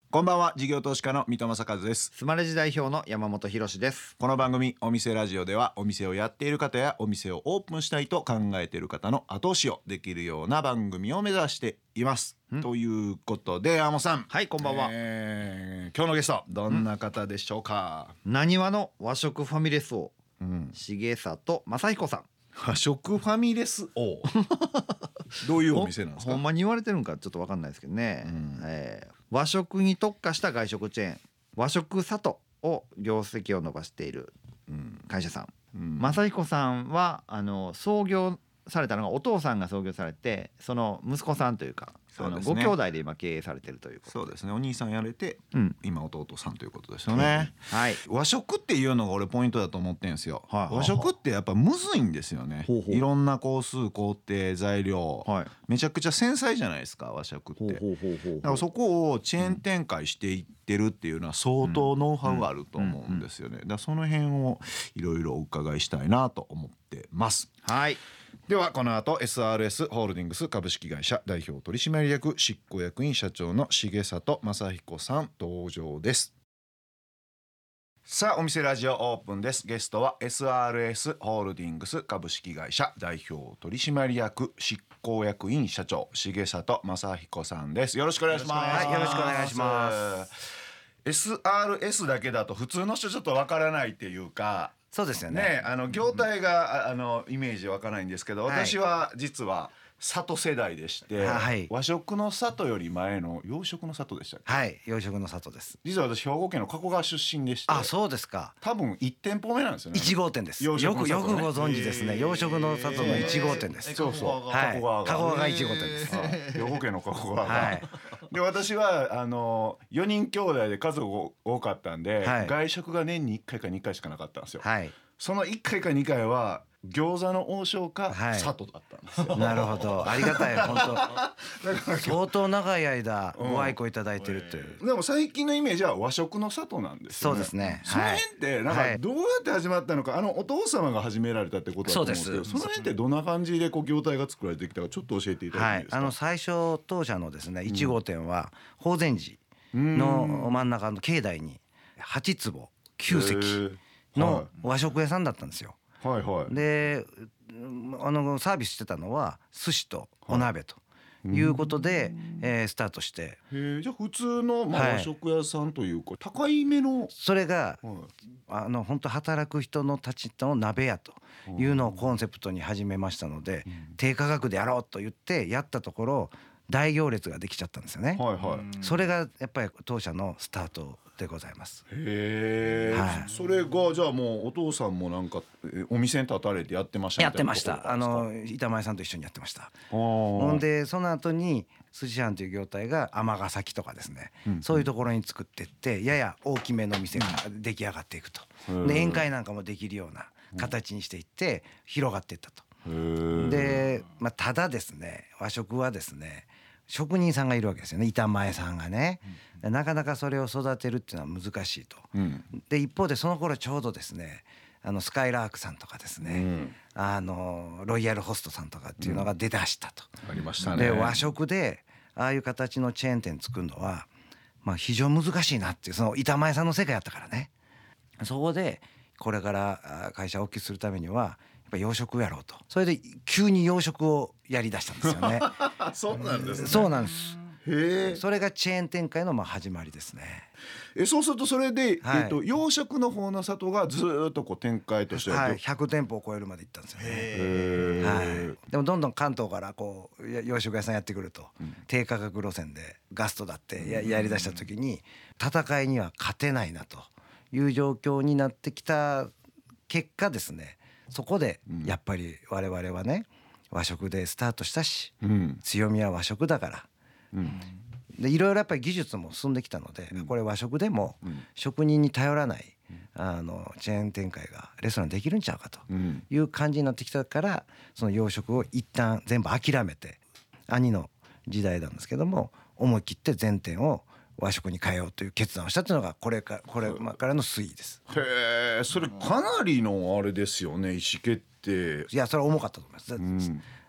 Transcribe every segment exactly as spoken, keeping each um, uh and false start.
こんばんは、事業投資家の三戸正和です。 スマレジ代表の山本博です。 この番組お店ラジオでは、お店をやっている方やお店をオープンしたいと考えている方の後押しをできるような番組を目指しています。ということで、山本さん、 はい、こんばんは、 えー、今日のゲストどんな方でしょうか。 なにわの和食ファミレス王、 うん、 重里正彦さん。 和食ファミレス王どういうお店なんですか。 ほんまに言われてるんかちょっと分かんないですけどね、うんえー、和食に特化した外食チェーン和食里を業績を伸ばしている会社さん、うん、正彦さんはあの創業されたのがお父さんが創業されて、その息子さんというかそうです、ね、ご兄弟で今経営されてるということ。 そうですね、お兄さんやれて、うん、今弟さんということですよね、 うんはい、 和食っていうのが俺ポイントだと思ってるんですよ、はい、和食ってやっぱむずいんですよね。ほうほう、いろんな工数工程材料、はい、めちゃくちゃ繊細じゃないですか和食って。だからそこをチェーン展開していってるっていうのは相当ノウハウがあると思うんですよね。だからその辺をいろいろお伺いしたいなと思ってます。 はい、 ではこの後 エスアールエス ホールディングス株式会社代表取締役執行役員社長の重里正彦さん登場です。さあお店ラジオオープンです。ゲストは エスアールエス ホールディングス株式会社代表取締役執行役員社長重里正彦さんです。よろしくお願いします。 はい、よろしくお願いします。 エスアールエス だけだと普通の人ちょっとわからないっていうか、 そうですよね。 ね、あの業態が、うん、あのイメージわからないんですけど、はい、私は実は里世代でして、はい、和食の里より前の洋食の里でしたっけ。 はい、洋食の里です。 実は私兵庫県の加古川出身でして。 あ、そうですか。 多分いち店舗目なんですよね。 いち号店です。よくよくご存知ですね。洋食の里のいち号店です。 そうそう、 加古川が加古川がいち号店です。 兵庫県の加古川が、はい、で私はあのよにん兄弟で家族多かったんで、はい、外食が年にいっかいかにかいしかなかったんですよ、はい、そのいっかいかにかいは餃子の王将か里だったんですよ、はい、 なるほど、ありがたい。本当相当長い間ご愛顧いただいてるという、 うん、でも最近のイメージは和食の里なんですよね。 そうですね。 その辺ってなんかどうやって始まったのか、あのお父様が始められたってことだと思うんですけど、その辺ってどんな感じでこう業態が作られてきたかちょっと教えていただいていいですか。 はい、あの最初当社のですねいち号店は法善寺の真ん中の境内にはち坪きゅう席の和食屋さんだったんですよ。はいはい、であのサービスしてたのは寿司とお鍋ということで、はい、えー、スタートして。 へ、じゃあ普通の、まあ、和食屋さんというか、はい、高い目のそれが、はい、あの本当働く人のたちの鍋屋というのをコンセプトに始めましたので、うん、低価格でやろうと言ってやったところ大行列ができちゃったんですよね、はいはい、それがやっぱり当社のスタートでございます。 へえ、はい、それがじゃあもうお父さんもなんかお店に立たれてやってましたみやってました。あの板前さんと一緒にやってました。ほんでその後に寿司屋という業態が尼崎とかですね、うん、そういうところに作っていってやや大きめの店が出来上がっていくと、うん、で宴会なんかもできるような形にしていって広がっていったと。で、まあ、ただですね和食はですね職人さんがいるわけですよね、板前さんがね、うん、なかなかそれを育てるっていうのは難しいと、うん、で一方でその頃ちょうどですねあのスカイラークさんとかですね、うん、あのロイヤルホストさんとかっていうのが出だしたと、 うん、ありましたね。 で和食でああいう形のチェーン店作るのは、まあ、非常に難しいなっていう、その板前さんの世界やったからね。そこでこれから会社を大きくするためにはやっぱ洋食をやろうと、それで急に洋食をやりだしたんですよね。 そうなんですね。 そうなんです。 へえ。 それがチェーン展開のまあ始まりですね。 え、そうするとそれで、はい、えっと、洋食の方の里がずっとこう展開としてはい、ひゃく店舗を超えるまで行ったんですよね。へー、はい、でもどんどん関東からこう洋食屋さんやってくると、うん、低価格路線でガストだってや、やりだした時に戦いには勝てないなという状況になってきた結果ですね、そこでやっぱり我々はね和食でスタートしたし、うん、強みは和食だから、うん、でいろいろやっぱり技術も進んできたので、うん、これ和食でも職人に頼らない、うん、あのチェーン展開がレストランできるんちゃうかという感じになってきたから、その洋食を一旦全部諦めて、兄の時代なんですけども思い切って全店を和食に変えようという決断をしたというのがこれかこれからの推移です。 へえ、それかなりのあれですよね、意思決定。 いやそれは重かったと思います、 うん、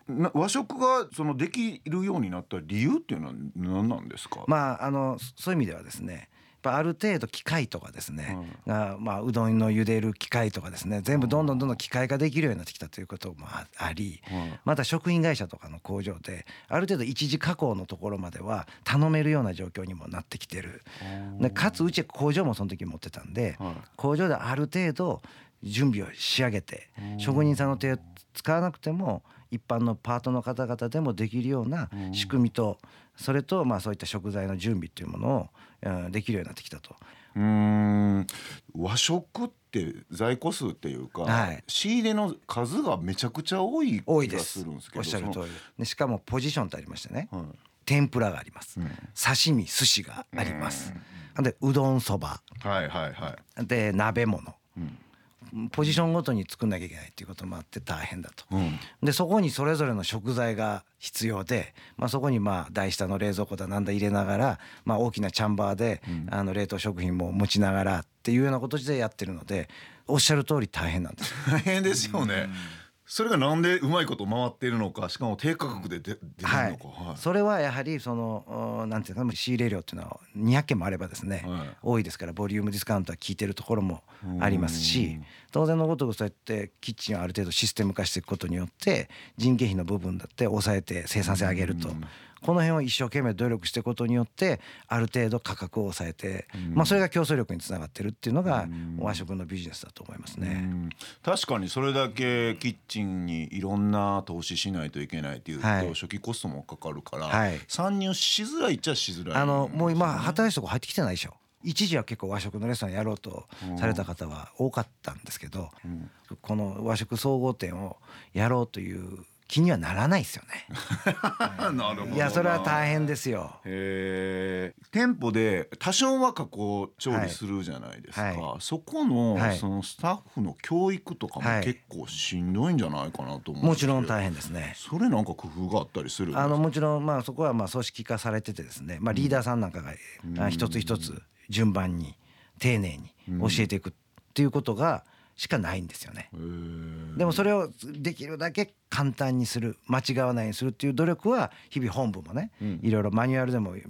な和食がそのできるようになった理由っていうのは何なんですか？ まああのそういう意味ではですね、やっぱある程度機械とかですね、うん、がまあうどんの茹でる機械とかですね、全部どんどんどんどん機械化できるようになってきたということもあり、うん、また食品会社とかの工場である程度一次加工のところまでは頼めるような状況にもなってきてる。でかつうち工場もその時持ってたんで、うん、工場である程度準備を仕上げて、職人さんの手を使わなくても一般のパートの方々でもできるような仕組みと、それとまあそういった食材の準備っていうものをできるようになってきたと。 うーん、和食って在庫数っていうか、はい、仕入れの数がめちゃくちゃ多い気がするんですけど。 おっしゃる通りで、しかもポジションってありましてね、はい、天ぷらがあります、うん、刺身寿司があります、うん、でうどんそば、 はいはいはい、 で鍋物、うんポジションごとに作んなきゃいけないっていうこともあって大変だと、うん、でそこにそれぞれの食材が必要で、まあ、そこにまあ台下の冷蔵庫だなんだ入れながら、まあ、大きなチャンバーで、うん、あの冷凍食品も持ちながらっていうようなことでやってるので、おっしゃる通り大変なんです。 大変ですよね、うん、それがなんでうまいこと回っているのか、しかも低価格で出るのか、はいはい、それはやはりそのなんていうか仕入れ量っていうのはにひゃっけんもあればですね、はい、多いですからボリュームディスカウントは効いてるところもありますし、当然のごとくそうやってキッチンをある程度システム化していくことによって人件費の部分だって抑えて生産性上げると、この辺を一生懸命努力していくことによってある程度価格を抑えて、まあそれが競争力につながってるっていうのが和食のビジネスだと思いますね。 確かにそれだけキッチンにいろんな投資しないといけないっていうと、はい、初期コストもかかるから、はい、参入しづらいっちゃしづらい、ね、 あのもう今働いてるとこ入ってきてないでしょ。一時は結構和食のレストランやろうとされた方は多かったんですけど、うん、この和食総合店をやろうという気にはならないですよね。 なるほどな。 いやそれは大変ですよ。 へー、店舗で多少は加工調理するじゃないですか、はいはい、そこの、はい、そのスタッフの教育とかも結構しんどいんじゃないかなと思うんですけど。 もちろん大変ですね。 それなんか工夫があったりするんですか？ あのもちろんまあそこはまあ組織化されててですね、まあ、リーダーさんなんかが、うん、一つ一つ順番に丁寧に教えていくっていうことがしかないんですよね。でもそれをできるだけ簡単にする、間違わないようにするっていう努力は日々本部もね、うん、いろいろマニュアルでも、うん、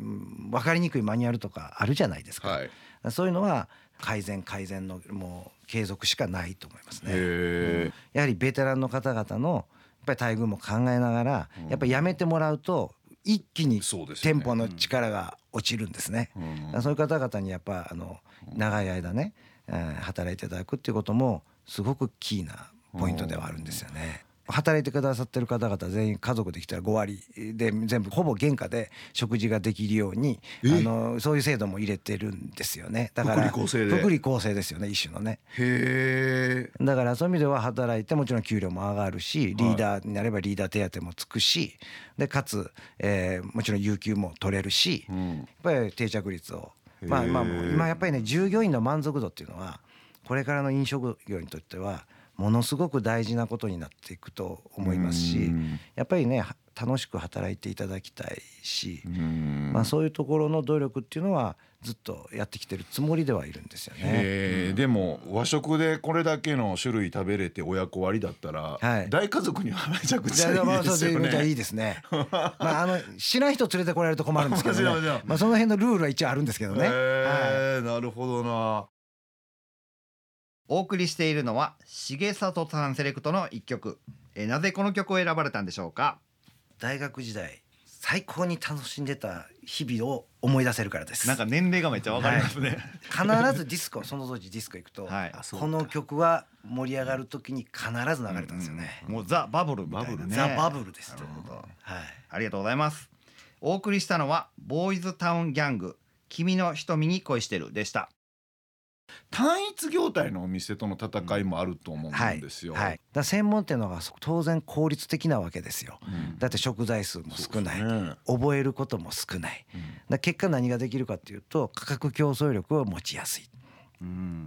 分かりにくいマニュアルとかあるじゃないですか、はい、そういうのは改善改善のもう継続しかないと思いますね。うん、やはりベテランの方々のやっぱり待遇も考えながら、うん、やっぱりやめてもらうと一気に店舗の力が落ちるんですね。うん、そういう方々にやっぱあの長い間ね、働いていただくっていうこともすごくキーなポイントではあるんですよね。働いてくださってる方々全員家族できたらごわりで全部ほぼ原価で食事ができるようにあのそういう制度も入れてるんですよね。だから福利厚生で福利厚生ですよね、一種のね。 へー。 だからそういう意味では働いてもちろん給料も上がるし、リーダーになればリーダー手当もつくし、でかつ、えー、もちろん有給も取れるし、うん、やっぱり定着率をまあまあもう今やっぱりね、従業員の満足度っていうのはこれからの飲食業にとってはものすごく大事なことになっていくと思いますし、やっぱりね楽しく働いていただきたいし、まあそういうところの努力っていうのはずっとやってきてるつもりではいるんですよね。 へー、でも和食でこれだけの種類食べれて親子割だったら、はい、大家族にはめちゃくちゃいいですよね。 いいですね。まああのしない人連れてこられると困るんですけどね。まあその辺のルールは一応あるんですけどね。 へー、はい、なるほどな。 お送りしているのは重里さんセレクトの一曲。えなぜこの曲を選ばれたんでしょうか？ 大学時代最高に楽しんでた日々を思い出せるからです。 なんか年齢がめっちゃわかりますね、 はい、必ずディスコその当時ディスコ行くと、はい、この曲は盛り上がる時に必ず流れたんですよね、 うんうん、もうザ・バブルみたいなね。 ザ・バブルです。 なるほど、はい、ありがとうございます。お送りしたのはボーイズタウンギャング君の瞳に恋してるでした。 単一業態のお店との戦いもあると思うんですよ、 はいはい、だ専門店の方が当然効率的なわけですよ、うん、だって食材数も少ない、ね、覚えることも少ない、うん、だ結果何ができるかっていうと価格競争力を持ちやすい、うん、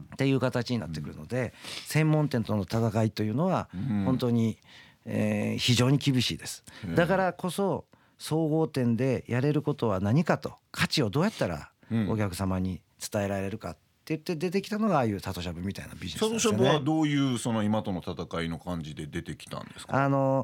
っていう形になってくるので、うん、専門店との戦いというのは本当に、えー、非常に厳しいです、うん、だからこそ総合店でやれることは何かと、価値をどうやったらお客様に伝えられるかって言って出てきたのがああいう里しゃぶみたいなビジネスなんですよね。 里しゃぶはどういうその今との戦いの感じで出てきたんですか？ あの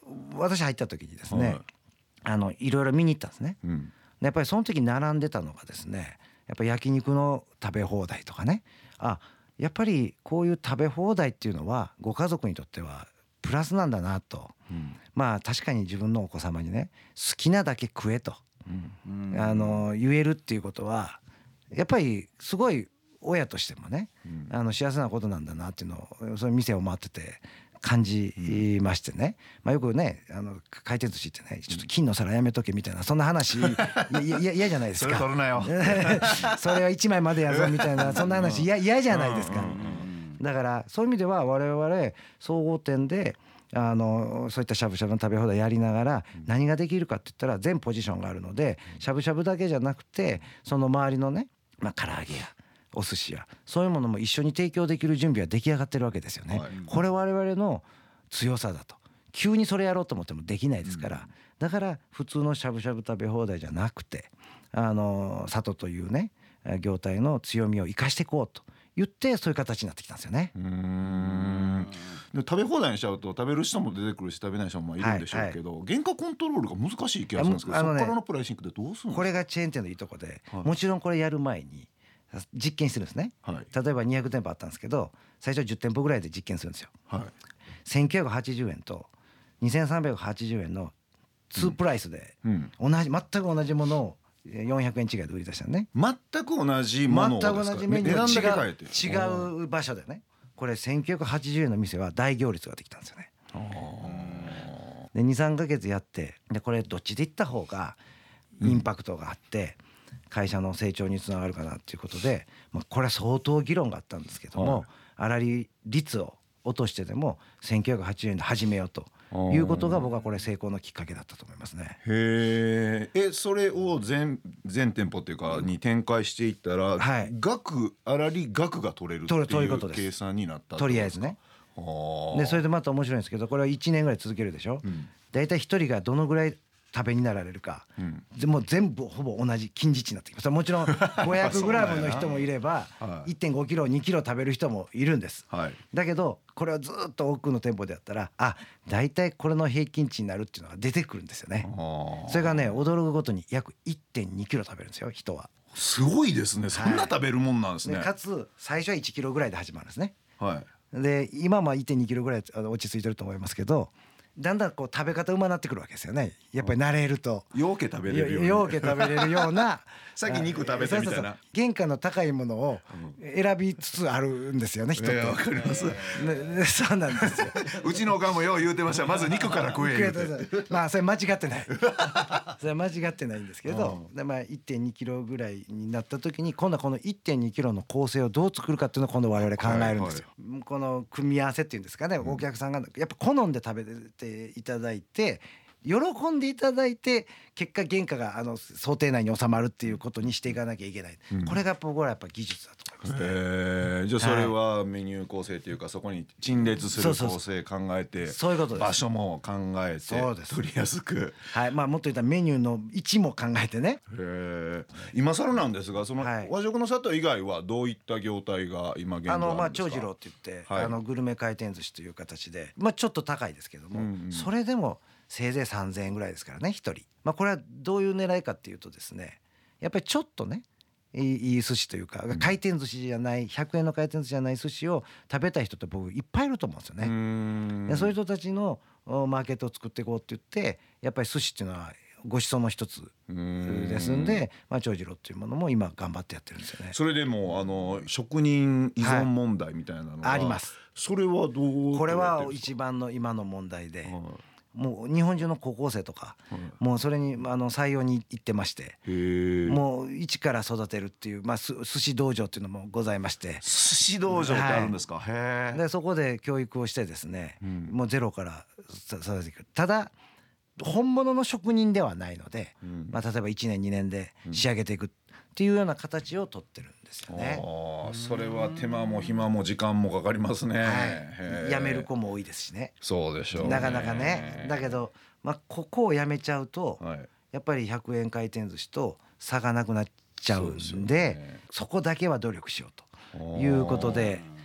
私入った時にですね、 はいあのいろいろ見に行ったんですね。 うんやっぱりその時並んでたのがですね、やっぱり焼肉の食べ放題とかね、あやっぱりこういう食べ放題っていうのはご家族にとってはプラスなんだなと。 うんまあ確かに自分のお子様にね好きなだけ食えと、 うんあの言えるっていうことはやっぱりすごい親としてもね、 うんあの幸せなことなんだなっていうのをその店を回ってて感じましてね、まあ、よくねあの回転寿司ってねちょっと金の皿やめとけみたいなそんな話いやいや嫌じゃないですそれか。 取るなよそれはいちまいまでやぞみたいなそんな話嫌嫌じゃないですか。だからそういう意味では我々総合店であのそういったしゃぶしゃぶの食べ放題やりながら何ができるかって言ったら全ポジションがあるのでしゃぶしゃぶだけじゃなくてその周りのね、まあ、唐揚げやお寿司やそういうものも一緒に提供できる準備は出来上がってるわけですよね、 はいこれ我々の強さだと。急にそれやろうと思ってもできないですから、だから普通のしゃぶしゃぶ食べ放題じゃなくてあの佐渡というね業態の強みを生かしていこうと言ってそういう形になってきたんですよね。 うーんで食べ放題にしちゃうと食べる人も出てくるし食べない人もいるんでしょうけど、原価コントロールが難しい気がするんですけど、 あのねそこからのプライシングってどうするんですか。 これがチェーン店のいいとこで、 はいもちろんこれやる前に実験してるんですね。 はい例えばにひゃく店舗あったんですけど最初じゅってんぽぐらいで実験するんですよ。 はいせんきゅうひゃくはちじゅうえんとにせんさんびゃくはちじゅうえんのにプライスでうん同じ全く同じものをよんひゃくえん違いで売り出したのね。 全く同じものをですか。 全く同じメニュー値段だけ変えをて違う違う場所でね。これせんきゅうひゃくはちじゅうえんの店は大行列ができたんですよね。でにさんかげつやってでこれどっちで行った方がインパクトがあって会社の成長につながるかなっていうことで、まあ、これは相当議論があったんですけども、 はい粗利率を落としてでもせんきゅうひゃくはちじゅうえんで始めようということが僕はこれ成功のきっかけだったと思いますね。 へえ。えそれを全全店舗っていうかに展開していったら、 はい額粗利額が取れるって取るといういうことです計算になったってとことですか。 りあえずね。 はあでそれでまた面白いんですけどこれはいちねんぐらい続けるでしょ。 うんだいたいひとりがどのぐらい食べになられるか、 うんでもう全部ほぼ同じ近似値になってきます。もちろんごひゃくグラムの人もいればはいいってんごキロにキロ食べる人もいるんです。 はいだけどこれはずっと多くの店舗でやったらあだいたいこれの平均値になるっていうのが出てくるんですよね。 はあそれがね驚くごとに約 いってんにキロ食べるんですよ人は。 すごいですね。そんな食べるもんなんですね。 でかつ最初はいちキロぐらいで始まるんですね。 はいで今は いってんにキロぐらいあの落ち着いてると思いますけどだんだんこう食べ方うまなってくるわけですよね。やっぱり慣れるとようけ食べれるようにようけ食べれるようなさっき肉食べてみたいなそうそうそう原価の高いものを選びつつあるんですよね人って。 いやわかりますねねそうなんですよ。 うちのおかんもよう言うてました。まず肉から食え言うて。 まあそれ間違ってないそれは間違ってないんですけど、でまあ いってんにキロぐらいになった時に今度はこの いってんにキロの構成をどう作るかっていうのを今度我々考えるんですよ、この組み合わせっていうんですかね、お客さんがやっぱ好んで食べていただいて喜んでいただいて結果原価があの想定内に収まるっていうことにしていかなきゃいけない、 うんこれが僕はやっぱ技術だと思いますね。 へえ。じゃあそれはメニュー構成というかそこに陳列する構成考えてそういうことです。 場所も考えてそうです取りやすく。 はい、まあもっと言ったらメニューの位置も考えてね。 へえ。今更なんですがそのはい和食の里以外はどういった業態が今現在ああのまあるんですか。 長次郎って言って、 はいあのグルメ回転寿司という形で、まあ、ちょっと高いですけども、 うんうんそれでもせいぜいさんぜんえんぐらいですからねひとり、まあ、これはどういう狙いかっていうとですねやっぱりちょっとねいいいい寿司というか、回転寿司じゃないひゃくえんの回転寿司じゃない寿司を食べたい人って僕いっぱいいると思うんですようね。 ーんでそういう人たちのおマーケットを作っていこうって言ってやっぱり寿司っていうのはご馳走の一つうーんですんで、まあ、長次郎っていうものも今頑張ってやってるんですよね。 それでもあの職人依存問題みたいなのが、 あります。 それはどうこれは捉えてるんです一番の今の問題で、 か。はいもう日本中の高校生とかはいもうそれにあの採用に行ってましてへえ。 もう一から育てるっていう、まあ、す寿司道場っていうのもございまして寿司道場ってあるんですか。へえ。 でそこで教育をしてですね、 うんもうゼロからさ育てていく。ただ本物の職人ではないので、 うんまあ、例えばいちねんにねんで仕上げていくっていうような形をとってるんですよね。 ああ、それは手間も暇も時間もかかりますね。 はへえい、辞める子も多いですしね。 そうでしょうね。 なかなかね。だけど、まあ、ここを辞めちゃうと、 はい。 やっぱりひゃくえん回転寿司と差がなくなっちゃうんで、 そうですよねそこだけは努力しようということで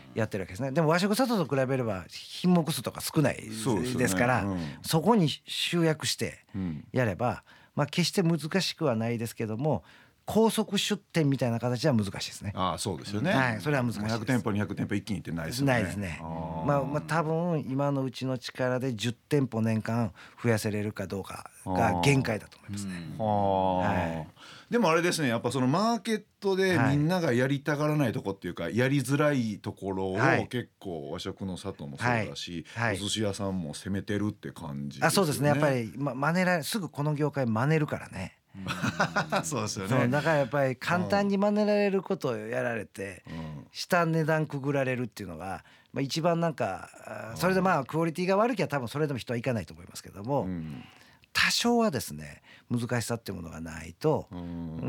やってるわけですね。でも和食里と比べれば品目数とか少ないですからそこに集約してやればまあ決して難しくはないですけども高速出店みたいな形は難しいですね。 ああそうですよね。 はい、それは難しいです。 ひゃく店舗にひゃく店舗一気にってないですよね。 ないですね。まあまあ多分今のうちの力でじゅってんぽ年間増やせれるかどうかが限界だと思いますね。 はい、でもあれですね、やっぱそのマーケットでみんながやりたがらないとこっていうか、はい、やりづらいところを結構和食の里もそうだし、はいはい、お寿司屋さんも攻めてるって感じですよね。 あ、そうですね。やっぱりま真似られすぐこの業界真似るからね。 そうですよね。 そうだからやっぱり簡単に真似られることをやられて、うん、下値段くぐられるっていうのが、まあ、一番なんかそれでまあクオリティが悪きゃ多分それでも人はいかないと思いますけども、うん、多少はですね難しさっていうものがないと、うん、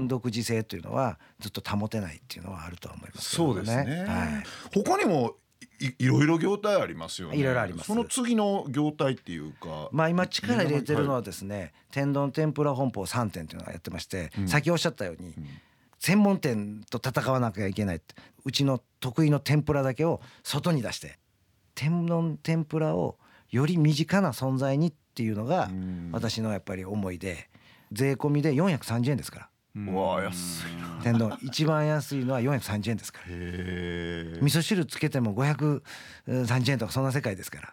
独自性というのはずっと保てないっていうのはあるとは思いますけどね。 そうですね、 はい、 他にもい, いろいろ業態ありますよね。 いろいろあります。 その次の業態っていうか、 まあ今力入れてるのはですね、はい、天丼天ぷら本舗さんてんっていうのがやってまして、うん、先おっしゃったように、うん、専門店と戦わなきゃいけないって、うちの得意の天ぷらだけを外に出して天丼天ぷらをより身近な存在にっていうのが私のやっぱり思いで、税込みでよんひゃくさんじゅうえんですから。 うわ安いな。 天丼一番安いのはよんひゃくさんじゅうえんですから。へ味噌汁つけてもごひゃくさんじゅうえんとかそんな世界ですから。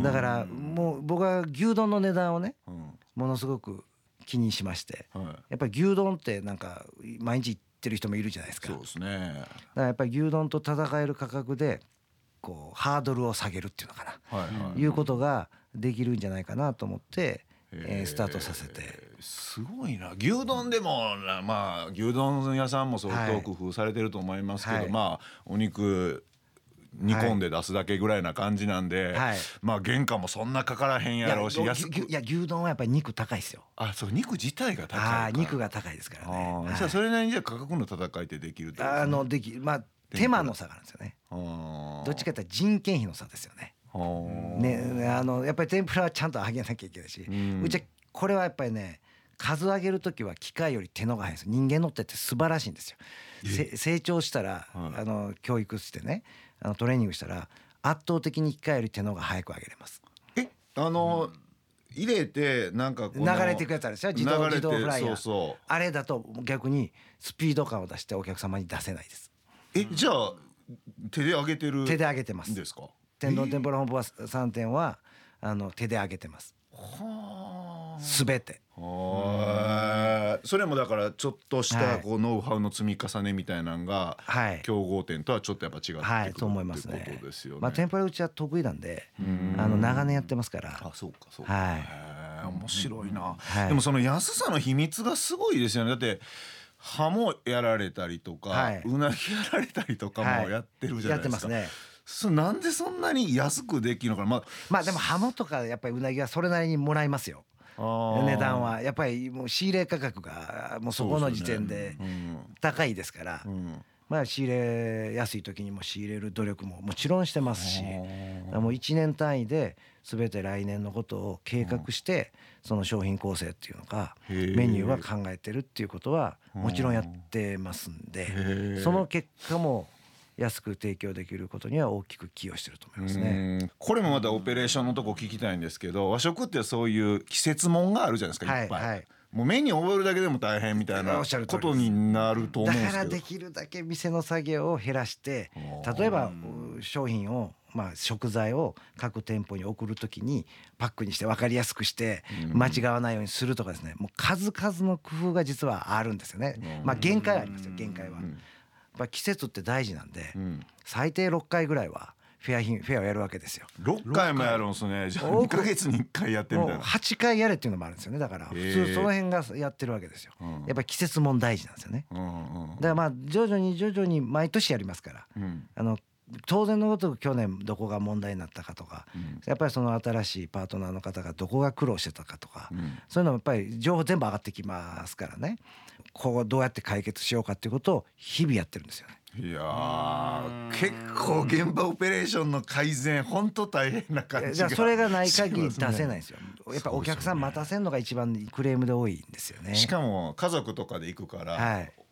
だからもう僕は牛丼の値段をね、ものすごく気にしまして、やっぱり牛丼ってなんか毎日行ってる人もいるじゃないですか。 そうですね。だからやっぱり牛丼と戦える価格でこうハードルを下げるっていうのかな、はいはい、いうことができるんじゃないかなと思って、えー、スタートさせて。 すごいな。牛丼でもまあ牛丼屋さんも相当工夫されてると思いますけど、はい、まあお肉煮込んで出すだけぐらいな感じなんで、はい、まあ原価もそんなかからへんやろうし、 いや、いや牛丼はやっぱり肉高いですよ。 あ、そう、肉自体が高いか。 あ、肉が高いですからね。 あ、じゃあそれなりにじゃあ価格の戦いってできるってことですね。 あのできまあ手間の差があるんですよね。どっちかというと人件費の差ですよね。ね、あのやっぱり天ぷらはちゃんと揚げなきゃいけないし、うん、うちはこれはやっぱりね、数上げるときは機械より手のが早いんですよ。人間の手って素晴らしいんですよ。成長したら、はい、あの教育してね、あのトレーニングしたら圧倒的に機械より手のが早く上げれます。 え、あの、うん、入れてなんかこの流れていくやつあるでしょ、自動自動フライヤー。そうそう、あれだと逆にスピード感を出してお客様に出せないです。 え、じゃあ手で揚げてる？ 手で揚げてます。 ですか？ 天丼天ぷら本舗はさんてんはあの手で揚げてます。はあ。すべて。 はあ。それもだからちょっとしたこうノウハウの積み重ねみたいなのが競合店とはちょっとやっぱ違ってくるってことですよね。 まあ天ぷらうちは得意なんで、あの長年やってますから。 あ、そうかそうか。はい。面白いな。でもその安さの秘密がすごいですよね。だってハモやられたりとか、はい、うなぎやられたりとかもやってるじゃないですか。はい、やってますね。そなんでそんなに安くできるのかな。まあ、 まあでもハモとかやっぱりうなぎはそれなりにもらいますよ。値段はやっぱりもう仕入れ価格がもうそこの時点で高いですから、うん、まあ仕入れやすい時にも仕入れる努力ももちろんしてますし、もういちねん単位で全て来年のことを計画してその商品構成っていうのかメニューは考えてるっていうことはもちろんやってますんで、その結果も安く提供できることには大きく寄与してると思いますね。 これもまたオペレーションのとこ聞きたいんですけど、和食ってそういう季節もんがあるじゃないですか、いっぱい、はいはい、もうメニュー覚えるだけでも大変みたいなことになると思うんですけど、 だからできるだけ店の作業を減らして、例えば商品をまあ食材を各店舗に送るときにパックにして分かりやすくして間違わないようにするとかですね、もう数々の工夫が実はあるんですよね。まあ限界はありますよ、限界は。やっぱ季節って大事なんで、うん、最低ろっかいぐらいはフェア品フェアをやるわけですよ。 ろっかいもやるんですね。じゃあにかげつにいっかいやってみたいな。 はちかいやれっていうのもあるんですよね。だから普通その辺がやってるわけですよ、うん、やっぱり季節もん大事なんですよね、うんうん、だからまあ徐々に徐々に毎年やりますから、うん、あの当然のごとく去年どこが問題になったかとか、うん、やっぱりその新しいパートナーの方がどこが苦労してたかとか、うん、そういうのもやっぱり情報全部上がってきますからね、こうどうやって解決しようかっていうことを日々やってるんですよね。 いやー結構現場オペレーションの改善本当大変な感じがじゃあそれがない限り出せないですよ。やっぱお客さん待たせるのが一番クレームで多いんですよね。 しかも家族とかで行くから、はい、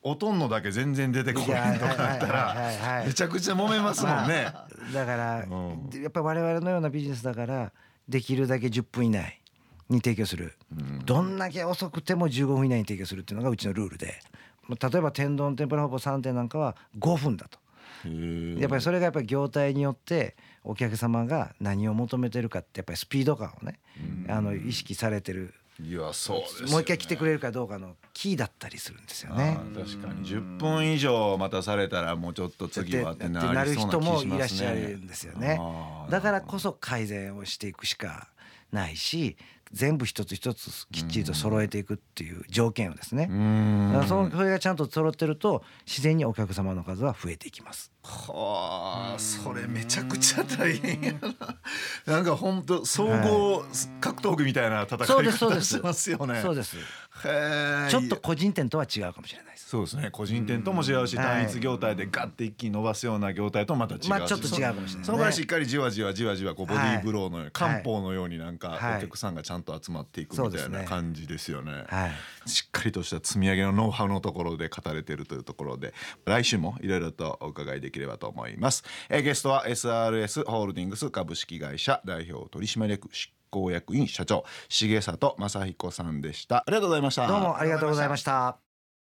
おとんのだけ全然出てこないとかだったらめちゃくちゃ揉めますもんね、 まあ、だから、うん、やっぱり我々のようなビジネスだからできるだけじゅっぷん以内に提供する、うん、どんだけ遅くてもじゅうごふん以内に提供するっていうのがうちのルールで、例えば天丼天ぷらほぼさんてんなんかはごふんだと。やっぱりそれがやっぱり業態によってお客様が何を求めてるかってやっぱりスピード感をね、あの意識されてる。 いやそうですよね、 もう一回来てくれるかどうかのキーだったりするんですよね。 確かにじゅっぷん以上待たされたらもうちょっと次はってなりそうな気しますね。 なる人もいらっしゃるんですよね。だからこそ改善をしていくしかないし、全部一つ一つきっちりと揃えていくっていう条件をですね、だからそのそれがちゃんと揃ってると自然にお客様の数は増えていきます。 はあ、それめちゃくちゃ大変やな。なんか本当総合格闘技みたいな戦い方しますよね。 そうです。ちょっと個人店とは違うかもしれないです。 そうですね、個人店とも違うし、単一業態でガッて一気に伸ばすような業態とまた違うし、 まあちょっと違うかもしれない。 そのぐらいしっかりじわじわじわじわこうボディーブローのように漢方のようになんかお客さんがちゃんと集まっていくみたいな感じですよね。しっかりとした積み上げのノウハウのところで語れているというところで、来週もいろいろとお伺いできればと思います。えー、ゲストは エスアールエス ホールディングス株式会社代表取締役執行役員社長重里正彦さんでした。ありがとうございました。 どうもありがとうございました。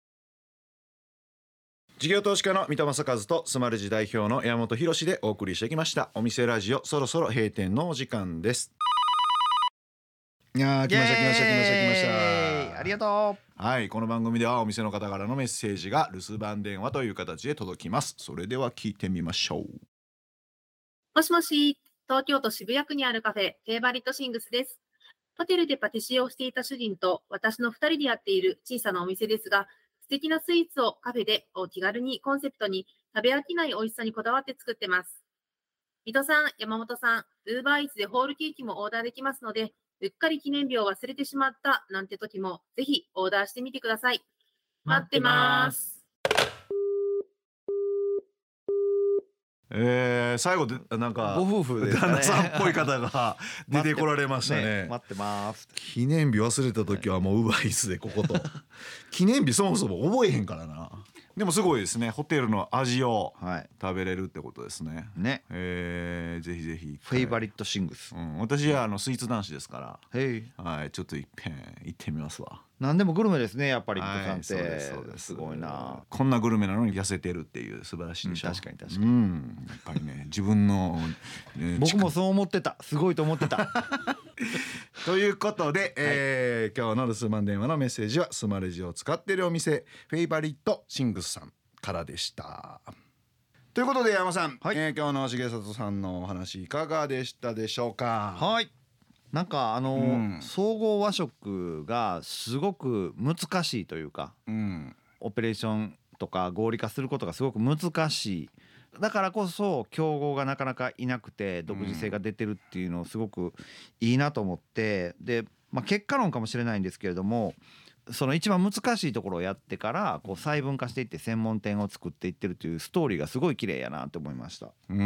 事業投資家の三戸正和とスマレジ代表の山本博でお送りしてきましたお店ラジオ、そろそろ閉店のお時間です。いやー来ました来ました来ました来ました。 ありがとう。はい、この番組ではお店の方からのメッセージが留守番電話という形で届きます。それでは聞いてみましょう。 もしもし、東京都渋谷区にあるカフェフェイバリットシングスです。ホテルでパティシエをしていた主人と私のふたりでやっている小さなお店ですが、素敵なスイーツをカフェでお気軽にコンセプトに食べ飽きない美味しさにこだわって作ってます。水戸さん、山本さん、ウーバーイーツでホールケーキもオーダーできますので、うっかり記念日を忘れてしまったなんて時もぜひオーダーしてみてください。待ってます。 えー、最後でなんかご夫婦で、ね、 旦那さんっぽい方が出てこられましたね。 ね、待ってます。 記念日忘れた時はもうウーバーイーツでここと記念日そもそも覚えへんからな。でもすごいですね、ホテルの味を食べれるってことですね。 ね、 えー、ぜひぜひフェイバリットシングス、 うん、私はあのスイーツ男子ですから、はい、ちょっといっぺん行ってみますわ。 何でもグルメですね、やっぱり水戸さんって、 はい、そうですそうです。 すごいな。 こんなグルメなのに痩せてるっていう素晴らしいでしょ、 うん、確かに確かに、 うん、やっぱりね自分の、 ね、僕もそう思ってた、すごいと思ってたということで、えーはい、今日の留守番電話のメッセージはスマレジを使っているお店フェイバリットシングスさんからでした。ということで山さん、はい、えー、今日の重里さんのお話いかがでしたでしょうか。 はい、なんかあの、うん、総合和食がすごく難しいというか、うん、オペレーションとか合理化することがすごく難しい。だからこそ競合がなかなかいなくて独自性が出てるっていうのをすごくいいなと思って、で、まあ、結果論かもしれないんですけれども、その一番難しいところをやってからこう細分化していって専門店を作っていってるというストーリーがすごい綺麗やなって思いました。 うん、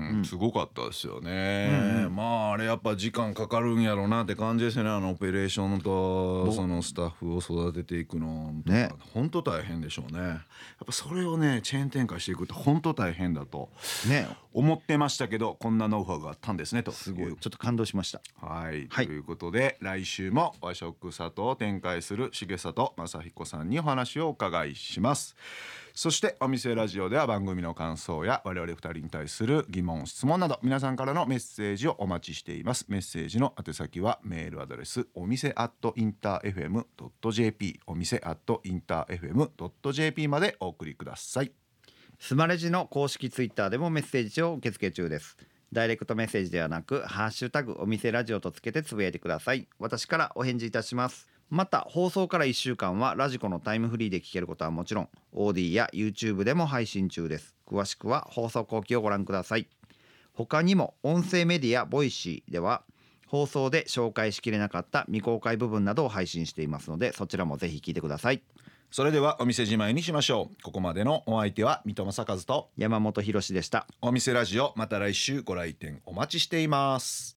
うん、すごかったですよね、うんうん、まああれやっぱ時間かかるんやろうなって感じですよね。あのオペレーションとそのスタッフを育てていくのね、本当大変でしょうね。やっぱそれをねチェーン展開していくって本当大変だとね思ってましたけど、こんなノウハウがあったんですねと。 すごいちょっと感動しました。 はい、はい、ということで来週も和食里を展開する重里正彦さんにお話をお伺いします。そしてお店ラジオでは番組の感想や我々ふたりに対する疑問質問など皆さんからのメッセージをお待ちしています。メッセージの宛先はメールアドレスお店アットインターエフエムドットジェーピー お店アットインターエフエムドットジェーピー までお送りください。 スマレジの公式ツイッターでもメッセージを受け付け中です。ダイレクトメッセージではなくハッシュタグお店ラジオとつけてつぶやいてください。私からお返事いたします。また放送からいっしゅうかんはラジコのタイムフリーで聞けることはもちろん オーディー や YouTube でも配信中です。詳しくは放送後期をご覧ください。他にも音声メディアボイシーでは放送で紹介しきれなかった未公開部分などを配信していますので、そちらもぜひ聞いてください。 それではお店じまいにしましょう。ここまでのお相手は三戸正和と山本博史でした。 お店ラジオ、また来週ご来店お待ちしています。